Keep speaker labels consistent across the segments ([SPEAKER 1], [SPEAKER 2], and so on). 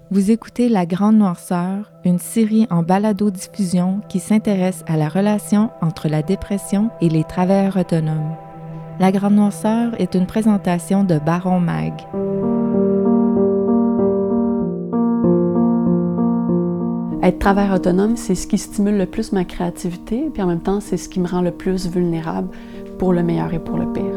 [SPEAKER 1] Vous écoutez La Grande Noirceur, une série en balado-diffusion qui s'intéresse à la relation entre la dépression et les travailleurs autonomes. La Grande Noirceur est une présentation de Baron Mag.
[SPEAKER 2] Être travailleur autonome, c'est ce qui stimule le plus ma créativité, puis en même temps, c'est ce qui me rend le plus vulnérable pour le meilleur et pour le pire.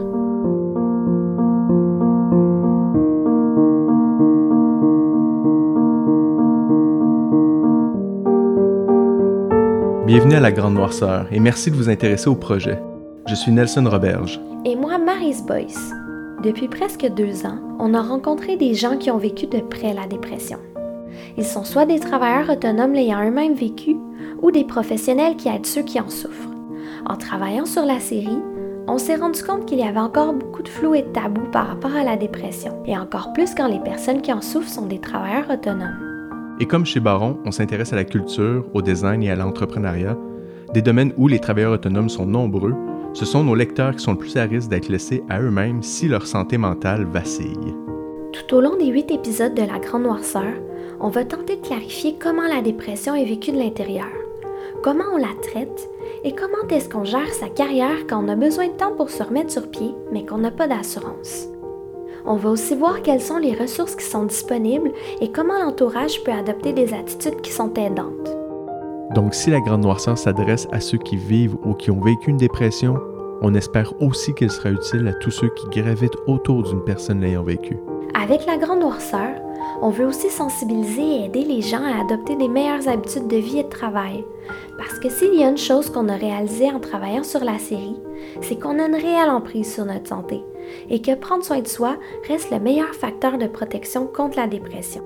[SPEAKER 3] Bienvenue à La Grande Noirceur et merci de vous intéresser au projet. Je suis Nelson Roberge.
[SPEAKER 4] Et moi, Maryse Boyce. Depuis presque 2 ans, on a rencontré des gens qui ont vécu de près la dépression. Ils sont soit des travailleurs autonomes l'ayant eux-mêmes vécu, ou des professionnels qui aident ceux qui en souffrent. En travaillant sur la série, on s'est rendu compte qu'il y avait encore beaucoup de flou et de tabous par rapport à la dépression, et encore plus quand les personnes qui en souffrent sont des travailleurs autonomes.
[SPEAKER 3] Et comme chez Baron, on s'intéresse à la culture, au design et à l'entrepreneuriat, des domaines où les travailleurs autonomes sont nombreux, ce sont nos lecteurs qui sont le plus à risque d'être laissés à eux-mêmes si leur santé mentale vacille.
[SPEAKER 4] Tout au long des 8 épisodes de La Grande Noirceur, on va tenter de clarifier comment la dépression est vécue de l'intérieur, comment on la traite et comment est-ce qu'on gère sa carrière quand on a besoin de temps pour se remettre sur pied, mais qu'on n'a pas d'assurance. On va aussi voir quelles sont les ressources qui sont disponibles et comment l'entourage peut adopter des attitudes qui sont aidantes.
[SPEAKER 3] Donc si La Grande Noirceur s'adresse à ceux qui vivent ou qui ont vécu une dépression, on espère aussi qu'elle sera utile à tous ceux qui gravitent autour d'une personne l'ayant vécue.
[SPEAKER 4] Avec La Grande Noirceur, on veut aussi sensibiliser et aider les gens à adopter des meilleures habitudes de vie et de travail. Parce que s'il y a une chose qu'on a réalisée en travaillant sur la série, c'est qu'on a une réelle emprise sur notre santé et que prendre soin de soi reste le meilleur facteur de protection contre la dépression.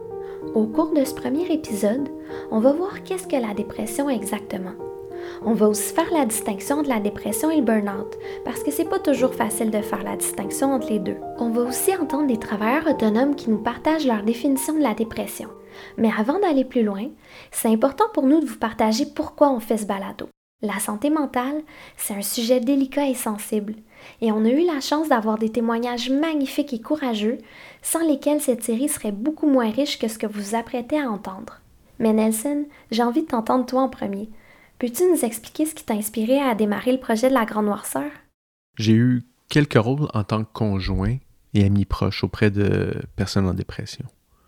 [SPEAKER 4] Au cours de ce premier épisode, on va voir qu'est-ce que la dépression exactement. On va aussi faire la distinction entre la dépression et le burn-out, parce que c'est pas toujours facile de faire la distinction entre les deux. On va aussi entendre des travailleurs autonomes qui nous partagent leur définition de la dépression. Mais avant d'aller plus loin, c'est important pour nous de vous partager pourquoi on fait ce balado. La santé mentale, c'est un sujet délicat et sensible, et on a eu la chance d'avoir des témoignages magnifiques et courageux, sans lesquels cette série serait beaucoup moins riche que ce que vous vous apprêtez à entendre. Mais Nelson, j'ai envie de t'entendre toi en premier. Peux-tu nous expliquer ce qui t'a inspiré à démarrer le projet de La Grande Noirceur?
[SPEAKER 3] J'ai eu quelques rôles en tant que conjoint et ami proche auprès de personnes en dépression.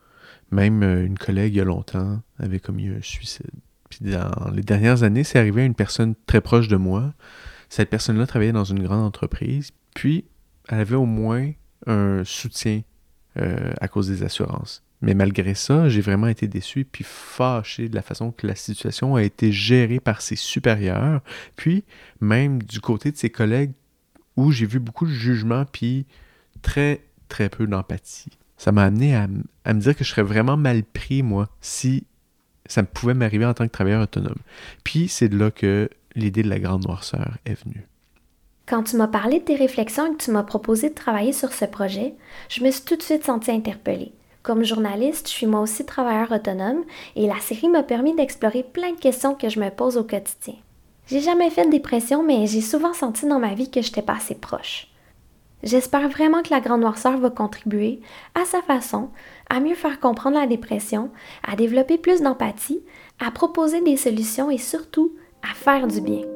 [SPEAKER 3] Même une collègue il y a longtemps avait commis un suicide. Puis dans les dernières années, c'est arrivé à une personne très proche de moi. Cette personne-là travaillait dans une grande entreprise, puis elle avait au moins un soutien à cause des assurances. Mais malgré ça, j'ai vraiment été déçu puis fâché de la façon que la situation a été gérée par ses supérieurs, puis même du côté de ses collègues où j'ai vu beaucoup de jugement puis très, très peu d'empathie. Ça m'a amené à me dire que je serais vraiment mal pris, moi, si ça pouvait m'arriver en tant que travailleur autonome. Puis c'est de là que l'idée de La Grande Noirceur est venue.
[SPEAKER 4] Quand tu m'as parlé de tes réflexions et que tu m'as proposé de travailler sur ce projet, je me suis tout de suite sentie interpellée. Comme journaliste, je suis moi aussi travailleur autonome et la série m'a permis d'explorer plein de questions que je me pose au quotidien. J'ai jamais fait de dépression, mais j'ai souvent senti dans ma vie que j'étais pas assez proche. J'espère vraiment que La Grande Noirceur va contribuer, à sa façon, à mieux faire comprendre la dépression, à développer plus d'empathie, à proposer des solutions et surtout, à faire du bien.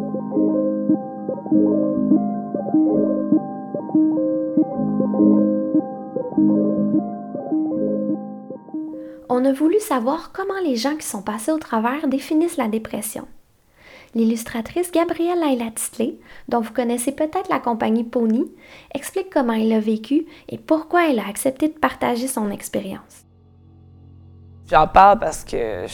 [SPEAKER 4] On a voulu savoir comment les gens qui sont passés au travers définissent la dépression. L'illustratrice Gabrielle Laila-Tisley, dont vous connaissez peut-être la compagnie Pony, explique comment elle l'a vécu et pourquoi elle a accepté de partager son expérience.
[SPEAKER 5] J'en parle parce que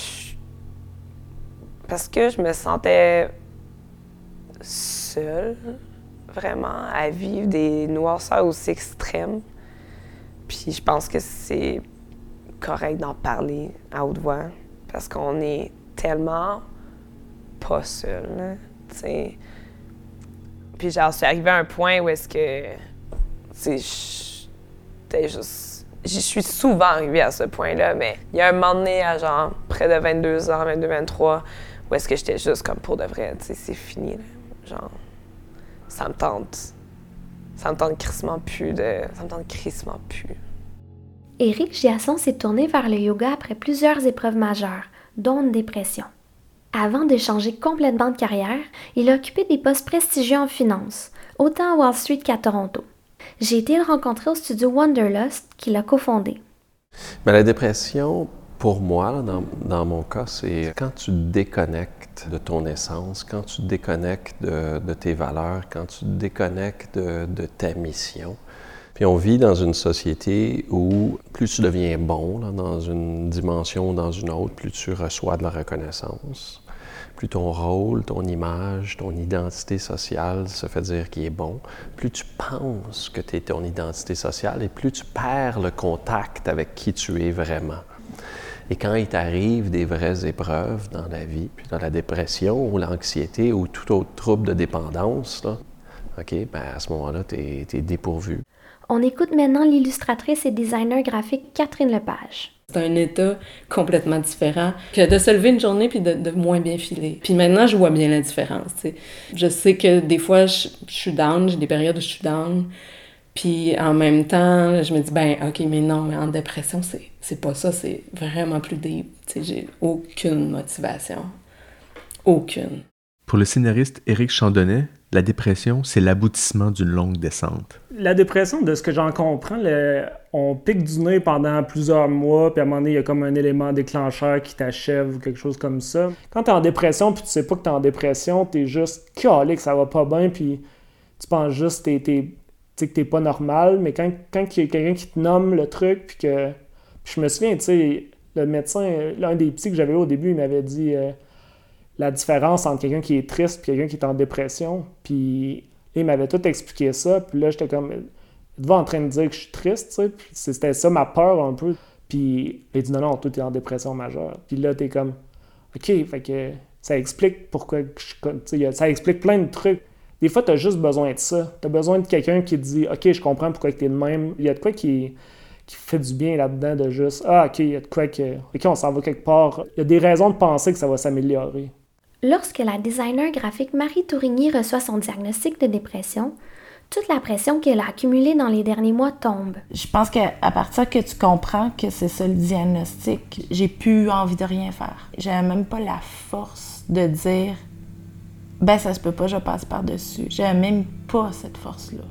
[SPEAKER 5] je me sentais seule, vraiment, à vivre des noirceurs aussi extrêmes. Puis je pense que c'est correct d'en parler à haute voix parce qu'on est tellement pas seul, tu sais. Puis genre, je suis arrivée à un point où est-ce que, tu sais, j'y suis souvent arrivée à ce point-là, mais il y a un moment donné, à genre près de 22 ans, 22, 23, où est-ce que j'étais juste comme pour de vrai, tu sais, c'est fini, là. Genre, ça me tente crissement plus.
[SPEAKER 4] Éric Giasson s'est tourné vers le yoga après plusieurs épreuves majeures, dont une dépression. Avant de changer complètement de carrière, il a occupé des postes prestigieux en finance, autant à Wall Street qu'à Toronto. J'ai été le rencontrer au studio Wanderlust qu'il a cofondé.
[SPEAKER 6] Mais la dépression, pour moi, dans mon cas, c'est quand tu déconnectes de ton essence, quand tu déconnectes de tes valeurs, quand tu déconnectes de ta mission. Puis on vit dans une société où plus tu deviens bon là, dans une dimension ou dans une autre, plus tu reçois de la reconnaissance. Plus ton rôle, ton image, ton identité sociale se fait dire qu'il est bon, plus tu penses que tu es ton identité sociale et plus tu perds le contact avec qui tu es vraiment. Et quand il t'arrive des vraies épreuves dans la vie, puis dans la dépression ou l'anxiété ou tout autre trouble de dépendance, là, ben à ce moment-là, tu es dépourvu.
[SPEAKER 4] On écoute maintenant l'illustratrice et designer graphique Catherine Lepage.
[SPEAKER 7] C'est un état complètement différent que de se lever une journée puis de moins bien filer. Puis maintenant, je vois bien la différence. T'sais. Je sais que des fois, je suis down, j'ai des périodes où je suis down. Puis en même temps, je me dis, ben OK, mais non, mais en dépression, c'est pas ça, c'est vraiment plus deep. T'sais, j'ai aucune motivation. Aucune.
[SPEAKER 3] Pour le scénariste Éric Chandonnet, la dépression, c'est l'aboutissement d'une longue descente.
[SPEAKER 8] La dépression, de ce que j'en comprends, on pique du nez pendant plusieurs mois, puis à un moment donné, il y a comme un élément déclencheur qui t'achève ou quelque chose comme ça. Quand t'es en dépression, puis tu sais pas que t'es en dépression, t'es juste calé, que ça va pas bien, puis tu penses juste que t'es pas normal, mais quand il y a quelqu'un qui te nomme le truc, puis je me souviens, tu sais, le médecin, l'un des psys que j'avais au début, il m'avait dit la différence entre quelqu'un qui est triste et quelqu'un qui est en dépression, puis il m'avait tout expliqué ça, puis là, j'étais comme, êtes-vous en train de dire que je suis triste, tu sais, puis c'était ça ma peur un peu, puis il dit non, toi, t'es en dépression majeure, puis là, t'es comme, OK, fait que ça explique pourquoi, ça explique plein de trucs. Des fois, t'as juste besoin de ça, t'as besoin de quelqu'un qui te dit, OK, je comprends pourquoi t'es de même, il y a de quoi qui fait du bien là-dedans, de juste, OK, il y a de quoi OK, on s'en va quelque part, il y a des raisons de penser que ça va s'améliorer.
[SPEAKER 4] Lorsque la designer graphique Marie Tourigny reçoit son diagnostic de dépression, toute la pression qu'elle a accumulée dans les derniers mois tombe.
[SPEAKER 9] Je pense qu'à partir que tu comprends que c'est ça le diagnostic, j'ai plus envie de rien faire. J'avais même pas la force de dire « ben ça se peut pas, je passe par-dessus ». J'avais même pas cette force-là.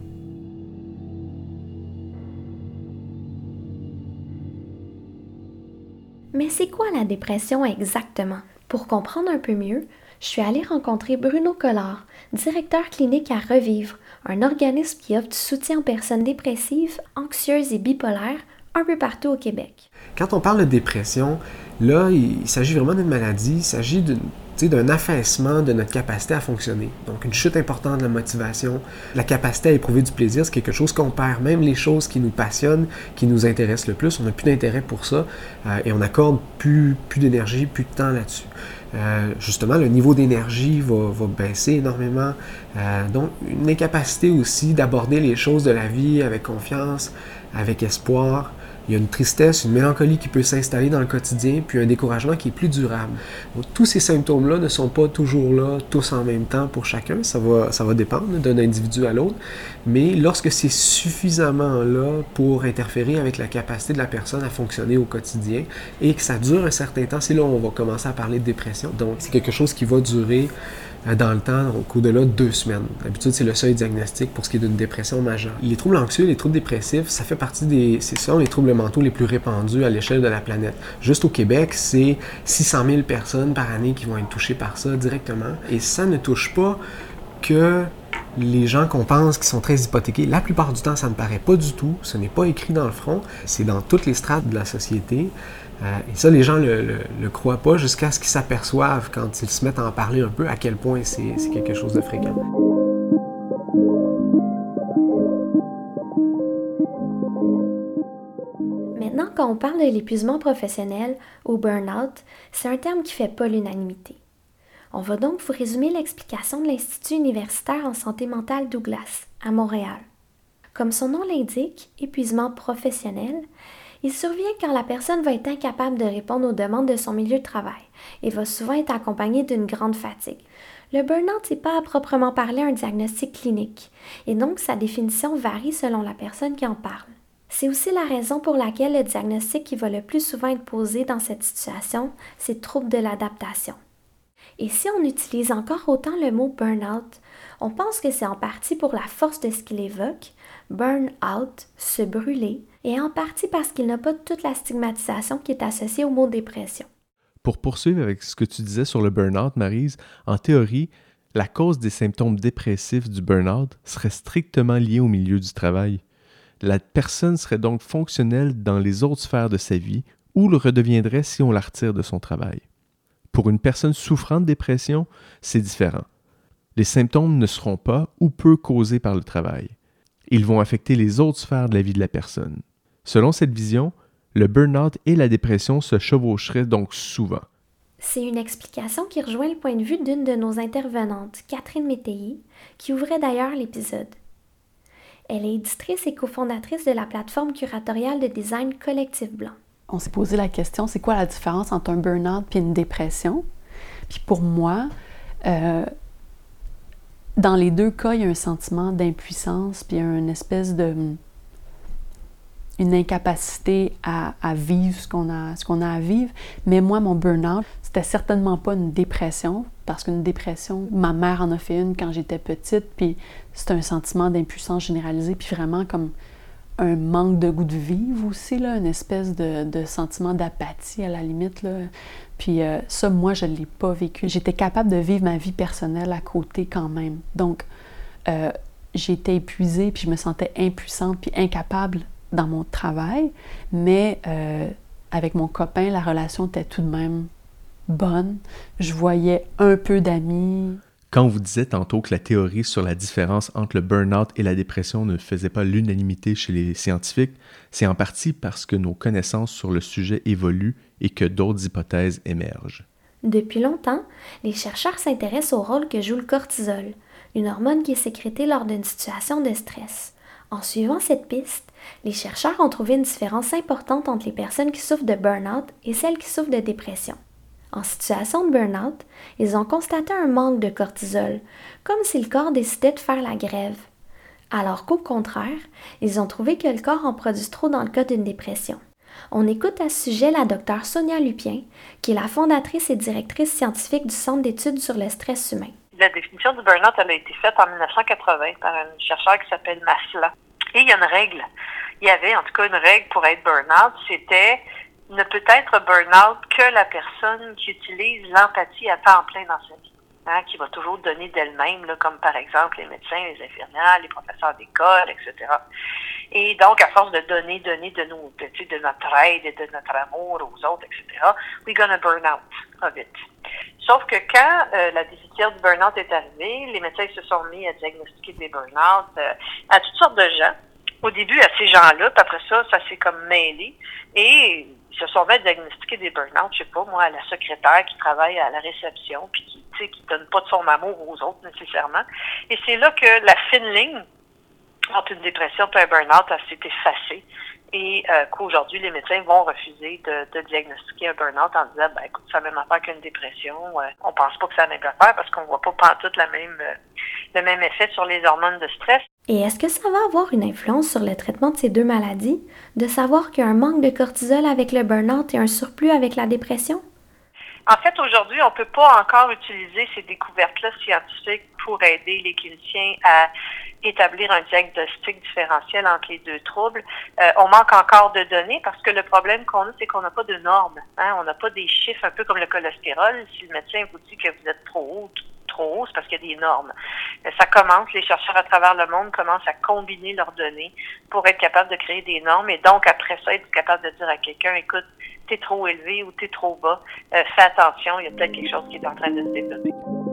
[SPEAKER 4] Mais c'est quoi la dépression exactement? Pour comprendre un peu mieux, je suis allée rencontrer Bruno Collard, directeur clinique à Revivre, un organisme qui offre du soutien aux personnes dépressives, anxieuses et bipolaires un peu partout au Québec.
[SPEAKER 10] Quand on parle de dépression, là, il s'agit vraiment d'une maladie, il s'agit d'un affaissement de notre capacité à fonctionner. Donc, une chute importante de la motivation, la capacité à éprouver du plaisir, c'est quelque chose qu'on perd. Même les choses qui nous passionnent, qui nous intéressent le plus, on n'a plus d'intérêt pour ça et on accorde plus d'énergie, plus de temps là-dessus. Justement, le niveau d'énergie va baisser énormément. Donc, une incapacité aussi d'aborder les choses de la vie avec confiance, avec espoir. Il y a une tristesse, une mélancolie qui peut s'installer dans le quotidien, puis un découragement qui est plus durable. Donc, tous ces symptômes-là ne sont pas toujours là, tous en même temps pour chacun. Ça va dépendre d'un individu à l'autre. Mais lorsque c'est suffisamment là pour interférer avec la capacité de la personne à fonctionner au quotidien et que ça dure un certain temps, c'est là où on va commencer à parler de dépression. Donc, c'est quelque chose qui va durer dans le temps, donc au-delà de 2 semaines. D'habitude, c'est le seuil diagnostic pour ce qui est d'une dépression majeure. Les troubles anxieux, les troubles dépressifs, ça fait partie c'est ça, les troubles mentaux les plus répandus à l'échelle de la planète. Juste au Québec, c'est 600 000 personnes par année qui vont être touchées par ça directement. Et ça ne touche pas que les gens qu'on pense qui sont très hypothéqués. La plupart du temps, ça ne paraît pas du tout. Ce n'est pas écrit dans le front. C'est dans toutes les strates de la société. Et ça, les gens le croient pas jusqu'à ce qu'ils s'aperçoivent, quand ils se mettent à en parler un peu, à quel point c'est quelque chose de fréquent.
[SPEAKER 4] Maintenant, quand on parle de l'épuisement professionnel ou burn-out, c'est un terme qui fait pas l'unanimité. On va donc vous résumer l'explication de l'Institut universitaire en santé mentale Douglas, à Montréal. Comme son nom l'indique, épuisement professionnel, il survient quand la personne va être incapable de répondre aux demandes de son milieu de travail et va souvent être accompagnée d'une grande fatigue. Le burn-out n'est pas à proprement parler un diagnostic clinique et donc sa définition varie selon la personne qui en parle. C'est aussi la raison pour laquelle le diagnostic qui va le plus souvent être posé dans cette situation, c'est trouble de l'adaptation. Et si on utilise encore autant le mot burn-out, on pense que c'est en partie pour la force de ce qu'il évoque, burn-out, se brûler, et en partie parce qu'il n'a pas toute la stigmatisation qui est associée au mot dépression.
[SPEAKER 3] Pour poursuivre avec ce que tu disais sur le burn-out, Maryse, en théorie, la cause des symptômes dépressifs du burn-out serait strictement liée au milieu du travail. La personne serait donc fonctionnelle dans les autres sphères de sa vie ou le redeviendrait si on la retire de son travail. Pour une personne souffrant de dépression, c'est différent. Les symptômes ne seront pas ou peu causés par le travail. Ils vont affecter les autres sphères de la vie de la personne. Selon cette vision, le burn-out et la dépression se chevaucheraient donc souvent.
[SPEAKER 4] C'est une explication qui rejoint le point de vue d'une de nos intervenantes, Catherine Métayer, qui ouvrait d'ailleurs l'épisode. Elle est éditrice et cofondatrice de la plateforme curatoriale de design Collectif Blanc.
[SPEAKER 2] On s'est posé la question, c'est quoi la différence entre un burn-out et une dépression? Puis pour moi, dans les deux cas, il y a un sentiment d'impuissance, puis il y a une espèce de... une incapacité à vivre ce qu'on a à vivre. Mais moi, mon burn-out, c'était certainement pas une dépression, parce qu'une dépression, ma mère en a fait une quand j'étais petite, puis c'est un sentiment d'impuissance généralisée, puis vraiment comme un manque de goût de vivre aussi, là, une espèce de sentiment d'apathie à la limite, là. Puis ça, moi, je ne l'ai pas vécu. J'étais capable de vivre ma vie personnelle à côté quand même. Donc, j'étais épuisée, puis je me sentais impuissante, puis incapable dans mon travail, mais avec mon copain, la relation était tout de même bonne. Je voyais un peu d'amis.
[SPEAKER 3] Quand on vous disait tantôt que la théorie sur la différence entre le burn-out et la dépression ne faisait pas l'unanimité chez les scientifiques, c'est en partie parce que nos connaissances sur le sujet évoluent et que d'autres hypothèses émergent.
[SPEAKER 4] Depuis longtemps, les chercheurs s'intéressent au rôle que joue le cortisol, une hormone qui est sécrétée lors d'une situation de stress. En suivant cette piste, les chercheurs ont trouvé une différence importante entre les personnes qui souffrent de burn-out et celles qui souffrent de dépression. En situation de burn-out, ils ont constaté un manque de cortisol, comme si le corps décidait de faire la grève. Alors qu'au contraire, ils ont trouvé que le corps en produit trop dans le cas d'une dépression. On écoute à ce sujet la Dr Sonia Lupien, qui est la fondatrice et directrice scientifique du Centre d'études sur le stress humain.
[SPEAKER 11] La définition du burn-out, elle a été faite en 1980 par un chercheur qui s'appelle Masla. Et il y a une règle. Il y avait en tout cas une règle pour être burn-out, c'était ne peut être burn-out que la personne qui utilise l'empathie à temps plein dans sa vie, hein, qui va toujours donner d'elle-même, là, comme par exemple les médecins, les infirmières, les professeurs d'école, etc. Et donc, à force de donner de notre aide et de notre amour aux autres, etc., we're gonna burn out of it. Sauf que quand la définition du burn-out est arrivée, les médecins se sont mis à diagnostiquer des burn-out à toutes sortes de gens. Au début, à ces gens-là, puis après ça s'est comme mêlé. Et ils se sont mis à diagnostiquer des burn-out, je sais pas, moi, à la secrétaire qui travaille à la réception, puis qui donne pas de son amour aux autres nécessairement. Et c'est là que la fine ligne entre une dépression et un burn-out s'est effacée. Et qu'aujourd'hui, les médecins vont refuser de diagnostiquer un burn-out en disant, ben écoute, c'est la même affaire qu'une dépression. On pense pas que c'est la même affaire parce qu'on voit pas pantoute le même effet sur les hormones de stress.
[SPEAKER 4] Et est-ce que ça va avoir une influence sur le traitement de ces deux maladies, de savoir qu'il y a un manque de cortisol avec le burn-out et un surplus avec la dépression?
[SPEAKER 11] En fait, aujourd'hui, on ne peut pas encore utiliser ces découvertes-là scientifiques pour aider les cliniciens à établir un diagnostic différentiel entre les deux troubles. On manque encore de données parce que le problème qu'on a, c'est qu'on n'a pas de normes. Hein? On n'a pas des chiffres, un peu comme le cholestérol. Si le médecin vous dit que vous êtes trop haut, c'est parce qu'il y a des normes. Ça commence, les chercheurs à travers le monde commencent à combiner leurs données pour être capables de créer des normes et donc après ça, être capable de dire à quelqu'un, écoute, t'es trop élevé ou t'es trop bas, fais attention, il y a peut-être quelque chose qui est en train de se développer.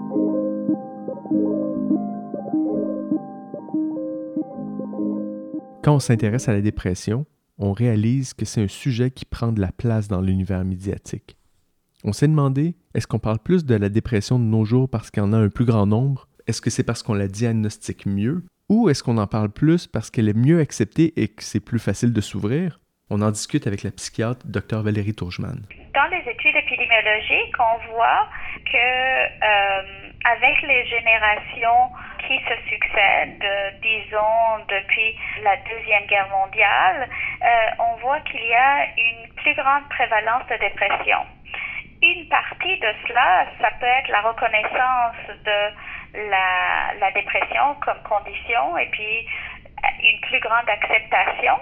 [SPEAKER 3] Quand on s'intéresse à la dépression, on réalise que c'est un sujet qui prend de la place dans l'univers médiatique. On s'est demandé, est-ce qu'on parle plus de la dépression de nos jours parce qu'il y en a un plus grand nombre? Est-ce que c'est parce qu'on la diagnostique mieux? Ou est-ce qu'on en parle plus parce qu'elle est mieux acceptée et que c'est plus facile de s'ouvrir? On en discute avec la psychiatre Dr Valérie Tourgeman.
[SPEAKER 12] Dans les études épidémiologiques, on voit que avec les générations qui se succèdent, disons depuis la Deuxième Guerre mondiale, on voit qu'il y a une plus grande prévalence de dépression. Une partie de cela, ça peut être la reconnaissance de la dépression comme condition et puis une plus grande acceptation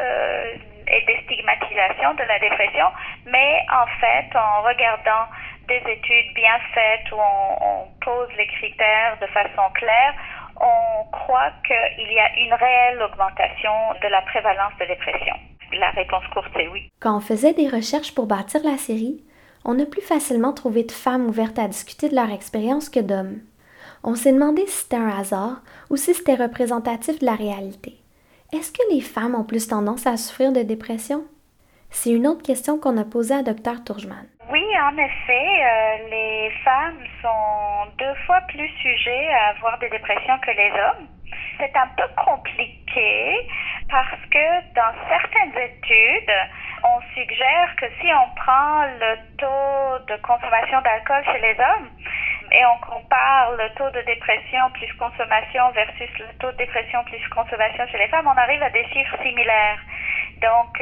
[SPEAKER 12] et déstigmatisation de la dépression, mais en fait, en regardant des études bien faites où on pose les critères de façon claire, on croit qu'il y a une réelle augmentation de la prévalence de dépression. La réponse courte est oui.
[SPEAKER 4] Quand on faisait des recherches pour bâtir la série, on a plus facilement trouvé de femmes ouvertes à discuter de leur expérience que d'hommes. On s'est demandé si c'était un hasard ou si c'était représentatif de la réalité. Est-ce que les femmes ont plus tendance à souffrir de dépression? C'est une autre question qu'on a posée à Dr Turgeman.
[SPEAKER 12] Oui, en effet, les femmes sont 2 fois plus sujets à avoir des dépressions que les hommes. C'est un peu compliqué parce que dans certaines études, on suggère que si on prend le taux de consommation d'alcool chez les hommes et on compare le taux de dépression plus consommation versus le taux de dépression plus consommation chez les femmes, on arrive à des chiffres similaires. Donc,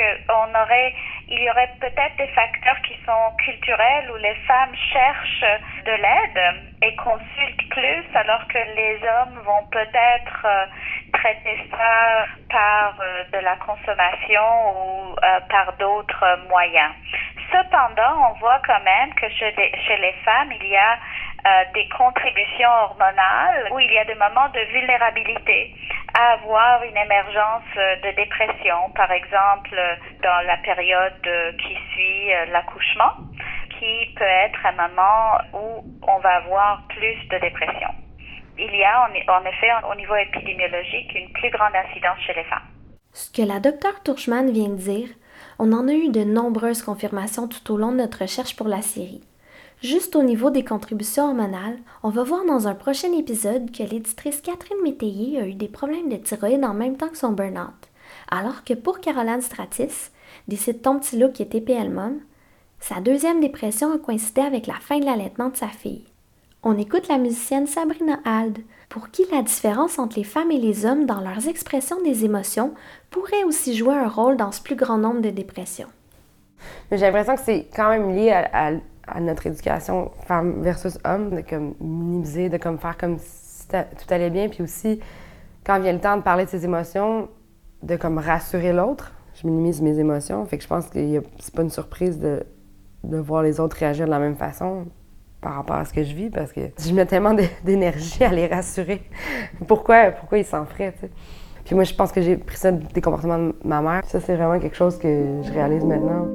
[SPEAKER 12] il y aurait peut-être des facteurs qui sont culturels où les femmes cherchent de l'aide et consultent plus, alors que les hommes vont peut-être traiter ça par de la consommation ou par d'autres moyens. Cependant, on voit quand même que chez les femmes, il y a des contributions hormonales où il y a des moments de vulnérabilité à avoir une émergence de dépression, par exemple dans la période qui suit l'accouchement, qui peut être un moment où on va avoir plus de dépression. Il y a en effet au niveau épidémiologique une plus grande incidence chez les femmes.
[SPEAKER 4] Ce que la Dr Turgeman vient de dire, on en a eu de nombreuses confirmations tout au long de notre recherche pour la série. Juste au niveau des contributions hormonales, on va voir dans un prochain épisode que l'éditrice Catherine Métayer a eu des problèmes de thyroïde en même temps que son burn-out, alors que pour Caroline Stratis, des sites Ton Petit Look et TPL Mom, sa deuxième dépression a coïncidé avec la fin de l'allaitement de sa fille. On écoute la musicienne Sabrina Ald, pour qui la différence entre les femmes et les hommes dans leurs expressions des émotions pourrait aussi jouer un rôle dans ce plus grand nombre de dépressions.
[SPEAKER 5] J'ai l'impression que c'est quand même lié à notre éducation femme versus homme, de comme minimiser, de comme faire comme si tout allait bien, puis aussi, quand vient le temps de parler de ses émotions, de comme rassurer l'autre. Je minimise mes émotions, fait que je pense que c'est pas une surprise de voir les autres réagir de la même façon par rapport à ce que je vis, parce que je mets tellement d'énergie à les rassurer. Pourquoi ils s'en feraient, tu sais? Puis moi, je pense que j'ai pris ça des comportements de ma mère. Ça, c'est vraiment quelque chose que je réalise maintenant.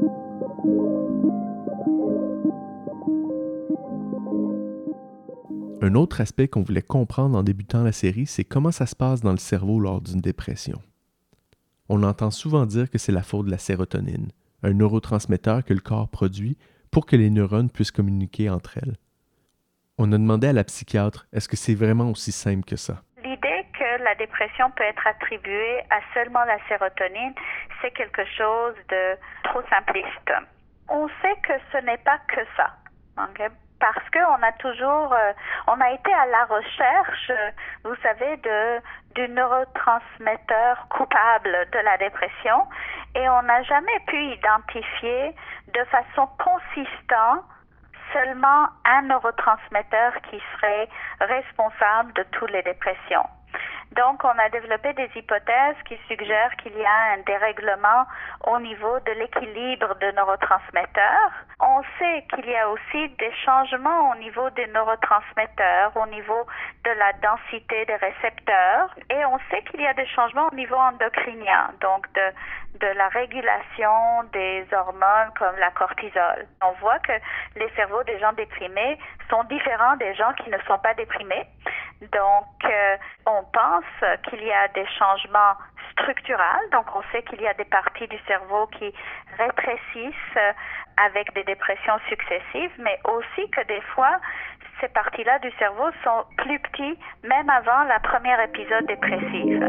[SPEAKER 3] Un autre aspect qu'on voulait comprendre en débutant la série, c'est comment ça se passe dans le cerveau lors d'une dépression. On entend souvent dire que c'est la faute de la sérotonine, un neurotransmetteur que le corps produit pour que les neurones puissent communiquer entre elles. On a demandé à la psychiatre, est-ce que c'est vraiment aussi simple que ça?
[SPEAKER 12] L'idée que la dépression peut être attribuée à seulement la sérotonine, c'est quelque chose de trop simpliste. On sait que ce n'est pas que ça. Okay? Parce qu'on a toujours, on a été à la recherche, vous savez, du neurotransmetteur coupable de la dépression et on n'a jamais pu identifier de façon consistante seulement un neurotransmetteur qui serait responsable de toutes les dépressions. Donc, on a développé des hypothèses qui suggèrent qu'il y a un dérèglement au niveau de l'équilibre de neurotransmetteurs. On sait qu'il y a aussi des changements au niveau des neurotransmetteurs, au niveau de la densité des récepteurs, et on sait qu'il y a des changements au niveau endocrinien, donc de la régulation des hormones comme la cortisol. On voit que les cerveaux des gens déprimés sont différents des gens qui ne sont pas déprimés. Donc, on pense qu'il y a des changements structurels. Donc, on sait qu'il y a des parties du cerveau qui rétrécissent avec des dépressions successives, mais aussi que des fois, ces parties-là du cerveau sont plus petites, même avant la première épisode dépressif.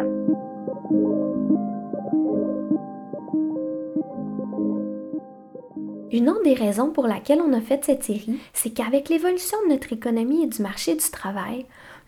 [SPEAKER 4] Une autre des raisons pour laquelle on a fait cette série, c'est qu'avec l'évolution de notre économie et du marché du travail,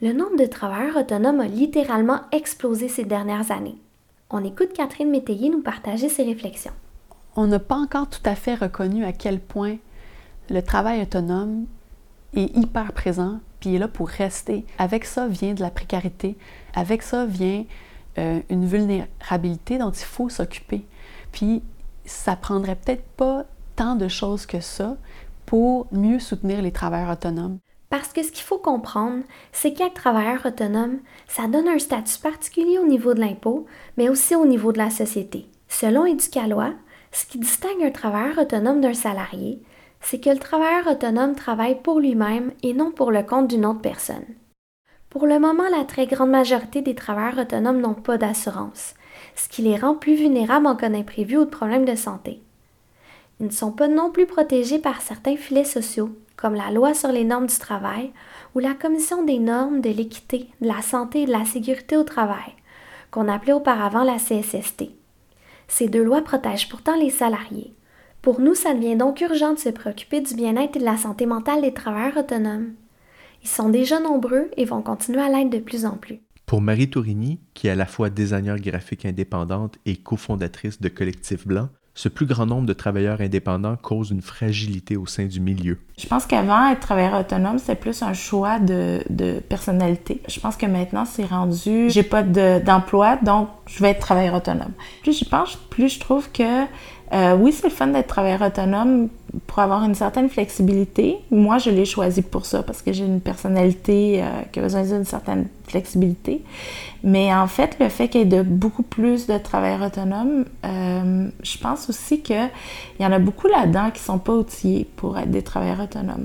[SPEAKER 4] Le nombre de travailleurs autonomes a littéralement explosé ces dernières années. On écoute Catherine Métayer nous partager ses réflexions.
[SPEAKER 2] On n'a pas encore tout à fait reconnu à quel point le travail autonome est hyper présent, puis il est là pour rester. Avec ça vient de la précarité, avec ça vient une vulnérabilité dont il faut s'occuper. Puis ça prendrait peut-être pas tant de choses que ça pour mieux soutenir les travailleurs autonomes.
[SPEAKER 4] Parce que ce qu'il faut comprendre, c'est qu'être travailleur autonome, ça donne un statut particulier au niveau de l'impôt, mais aussi au niveau de la société. Selon Éducalois, ce qui distingue un travailleur autonome d'un salarié, c'est que le travailleur autonome travaille pour lui-même et non pour le compte d'une autre personne. Pour le moment, la très grande majorité des travailleurs autonomes n'ont pas d'assurance, ce qui les rend plus vulnérables en cas d'imprévu ou de problèmes de santé. Ils ne sont pas non plus protégés par certains filets sociaux, comme la loi sur les normes du travail ou la Commission des normes de l'équité, de la santé et de la sécurité au travail, qu'on appelait auparavant la CSST. Ces deux lois protègent pourtant les salariés. Pour nous, ça devient donc urgent de se préoccuper du bien-être et de la santé mentale des travailleurs autonomes. Ils sont déjà nombreux et vont continuer à l'être de plus en plus.
[SPEAKER 3] Pour Marie Tourini, qui est à la fois designer graphique indépendante et cofondatrice de Collectif Blanc, ce plus grand nombre de travailleurs indépendants cause une fragilité au sein du milieu.
[SPEAKER 9] Je pense qu'avant, être travailleur autonome, c'était plus un choix de personnalité. Je pense que maintenant, c'est rendu, j'ai pas d'emploi, donc je vais être travailleur autonome. Plus j'y pense, plus je trouve que oui, c'est le fun d'être travailleur autonome pour avoir une certaine flexibilité. Moi, je l'ai choisi pour ça, parce que j'ai une personnalité qui a besoin d'une certaine flexibilité. Mais en fait, le fait qu'il y ait de beaucoup plus de travailleurs autonomes, je pense aussi qu'il y en a beaucoup là-dedans qui ne sont pas outillés pour être des travailleurs autonomes.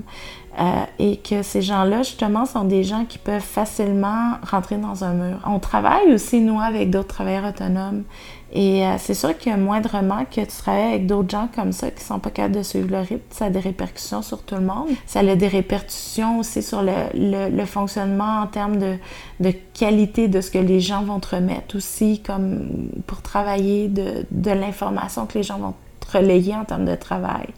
[SPEAKER 9] Et que ces gens-là, justement, sont des gens qui peuvent facilement rentrer dans un mur. On travaille aussi, nous, avec d'autres travailleurs autonomes. Et c'est sûr que moindrement que tu travailles avec d'autres gens comme ça qui sont pas capables de suivre le rythme, ça a des répercussions sur tout le monde. Ça a des répercussions aussi sur le fonctionnement en termes de qualité de ce que les gens vont te remettre aussi, comme pour travailler de l'information que les gens vont te relayer en termes de travail.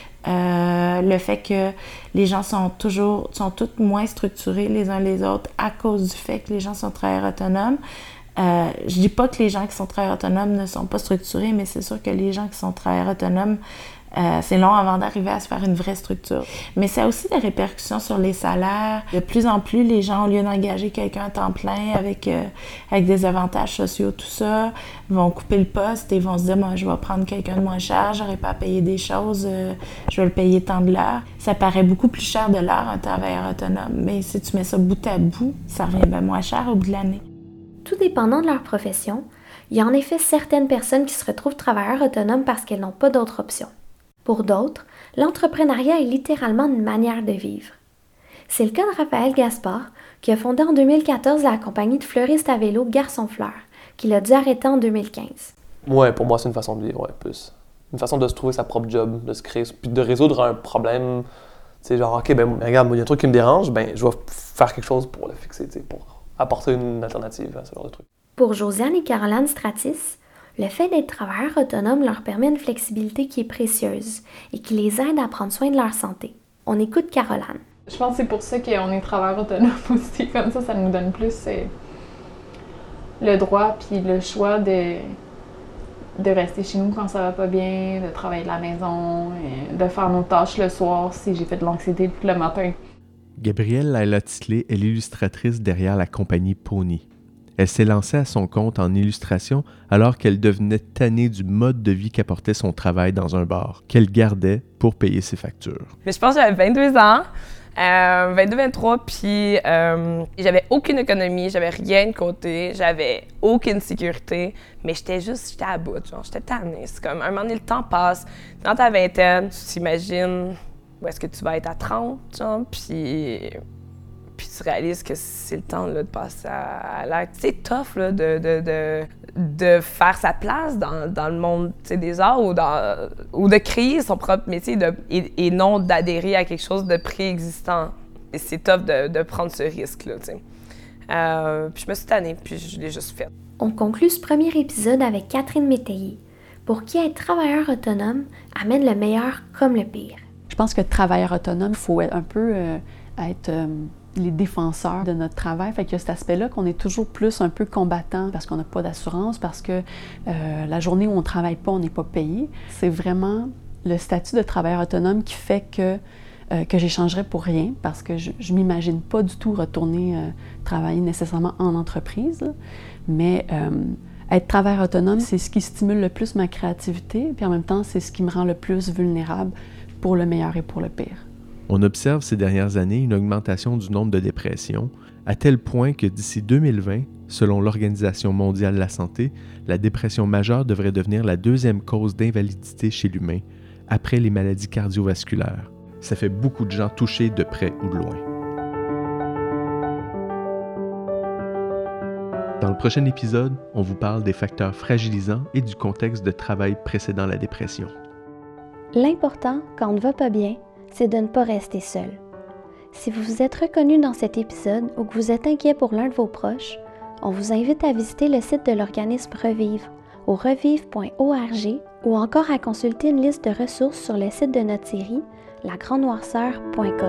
[SPEAKER 9] Le fait que les gens sont tous moins structurés les uns les autres à cause du fait que les gens sont travailleurs autonomes. Je dis pas que les gens qui sont travailleurs autonomes ne sont pas structurés, mais c'est sûr que les gens qui sont travailleurs autonomes, c'est long avant d'arriver à se faire une vraie structure. Mais ça a aussi des répercussions sur les salaires. De plus en plus, les gens, au lieu d'engager quelqu'un à temps plein avec des avantages sociaux, tout ça, vont couper le poste et vont se dire, moi, je vais prendre quelqu'un de moins cher, j'aurai pas à payer des choses, je vais le payer tant de l'heure. Ça paraît beaucoup plus cher de l'heure un travailleur autonome. Mais si tu mets ça bout à bout, ça revient bien moins cher au bout de l'année.
[SPEAKER 4] Tout dépendant de leur profession, il y a en effet certaines personnes qui se retrouvent travailleurs autonomes parce qu'elles n'ont pas d'autre option. Pour d'autres, l'entrepreneuriat est littéralement une manière de vivre. C'est le cas de Raphaël Gaspard, qui a fondé en 2014 la compagnie de fleuristes à vélo Garçon Fleur, qu'il a dû arrêter en 2015.
[SPEAKER 13] Ouais, pour moi, c'est une façon de vivre, ouais, plus. Une façon de se trouver sa propre job, de se créer, puis de résoudre un problème. Tu sais, genre, OK, ben regarde, il y a un truc qui me dérange, ben je vais faire quelque chose pour le fixer, tu sais, pour apporter une alternative à ce genre de truc.
[SPEAKER 4] Pour Josiane et Caroline Stratis, le fait d'être travailleurs autonomes leur permet une flexibilité qui est précieuse et qui les aide à prendre soin de leur santé. On écoute Caroline.
[SPEAKER 14] Je pense que c'est pour ça qu'on est travailleurs autonomes aussi. Comme ça nous donne plus le droit puis le choix de rester chez nous quand ça va pas bien, de travailler de la maison, de faire nos tâches le soir si j'ai fait de l'anxiété le matin.
[SPEAKER 3] Gabrielle Laila-Titley est l'illustratrice derrière la compagnie Pony. Elle s'est lancée à son compte en illustration alors qu'elle devenait tannée du mode de vie qu'apportait son travail dans un bar, qu'elle gardait pour payer ses factures.
[SPEAKER 5] Mais je pense que j'avais 22 ans, 22-23, puis j'avais aucune économie, j'avais rien de côté, j'avais aucune sécurité, mais j'étais à bout, genre, j'étais tannée. C'est comme, un moment donné, le temps passe, dans ta vingtaine, tu t'imagines où est-ce que tu vas être à 30, genre, puis tu réalises que c'est le temps là, de passer à l'acte. C'est tough là, de faire sa place dans le monde des arts ou de créer son propre métier et non d'adhérer à quelque chose de préexistant. Et c'est tough de prendre ce risque-là. Puis je me suis tannée, puis je l'ai juste fait.
[SPEAKER 4] On conclut ce premier épisode avec Catherine Métayer, pour qui être travailleur autonome amène le meilleur comme le pire.
[SPEAKER 2] Je pense que travailleur autonome, il faut un peu être les défenseurs de notre travail. Fait qu'il y a cet aspect-là qu'on est toujours plus un peu combattant parce qu'on n'a pas d'assurance, parce que la journée où on ne travaille pas, on n'est pas payé. C'est vraiment le statut de travailleur autonome qui fait que j'échangerais pour rien, parce que je ne m'imagine pas du tout retourner travailler nécessairement en entreprise. Là. Mais être travailleur autonome, c'est ce qui stimule le plus ma créativité, puis en même temps, c'est ce qui me rend le plus vulnérable pour le meilleur et pour le pire.
[SPEAKER 3] On observe ces dernières années une augmentation du nombre de dépressions, à tel point que d'ici 2020, selon l'Organisation mondiale de la santé, la dépression majeure devrait devenir la 2e cause d'invalidité chez l'humain, après les maladies cardiovasculaires. Ça fait beaucoup de gens touchés de près ou de loin. Dans le prochain épisode, on vous parle des facteurs fragilisants et du contexte de travail précédant la dépression.
[SPEAKER 4] L'important, quand on ne va pas bien, c'est de ne pas rester seul. Si vous vous êtes reconnu dans cet épisode ou que vous êtes inquiet pour l'un de vos proches, on vous invite à visiter le site de l'organisme Revive au revive.org ou encore à consulter une liste de ressources sur le site de notre série, lagrandnoirceur.com.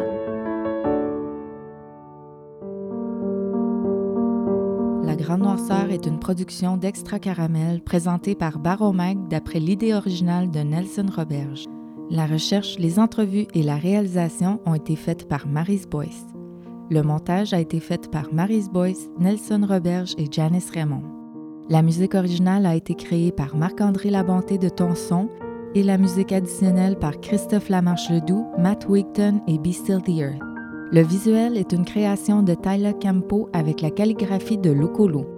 [SPEAKER 1] La Grande Noirceur est une production d'Extra Caramel présentée par Baromag d'après l'idée originale de Nelson Roberge. La recherche, les entrevues et la réalisation ont été faites par Maryse Boyce. Le montage a été fait par Maryse Boyce, Nelson Roberge et Janice Raymond. La musique originale a été créée par Marc-André Labonté de Tonson et la musique additionnelle par Christophe Lamarche-Ledoux, Matt Wigton et Be Still the Earth. Le visuel est une création de Tyler Campo avec la calligraphie de Lokolo.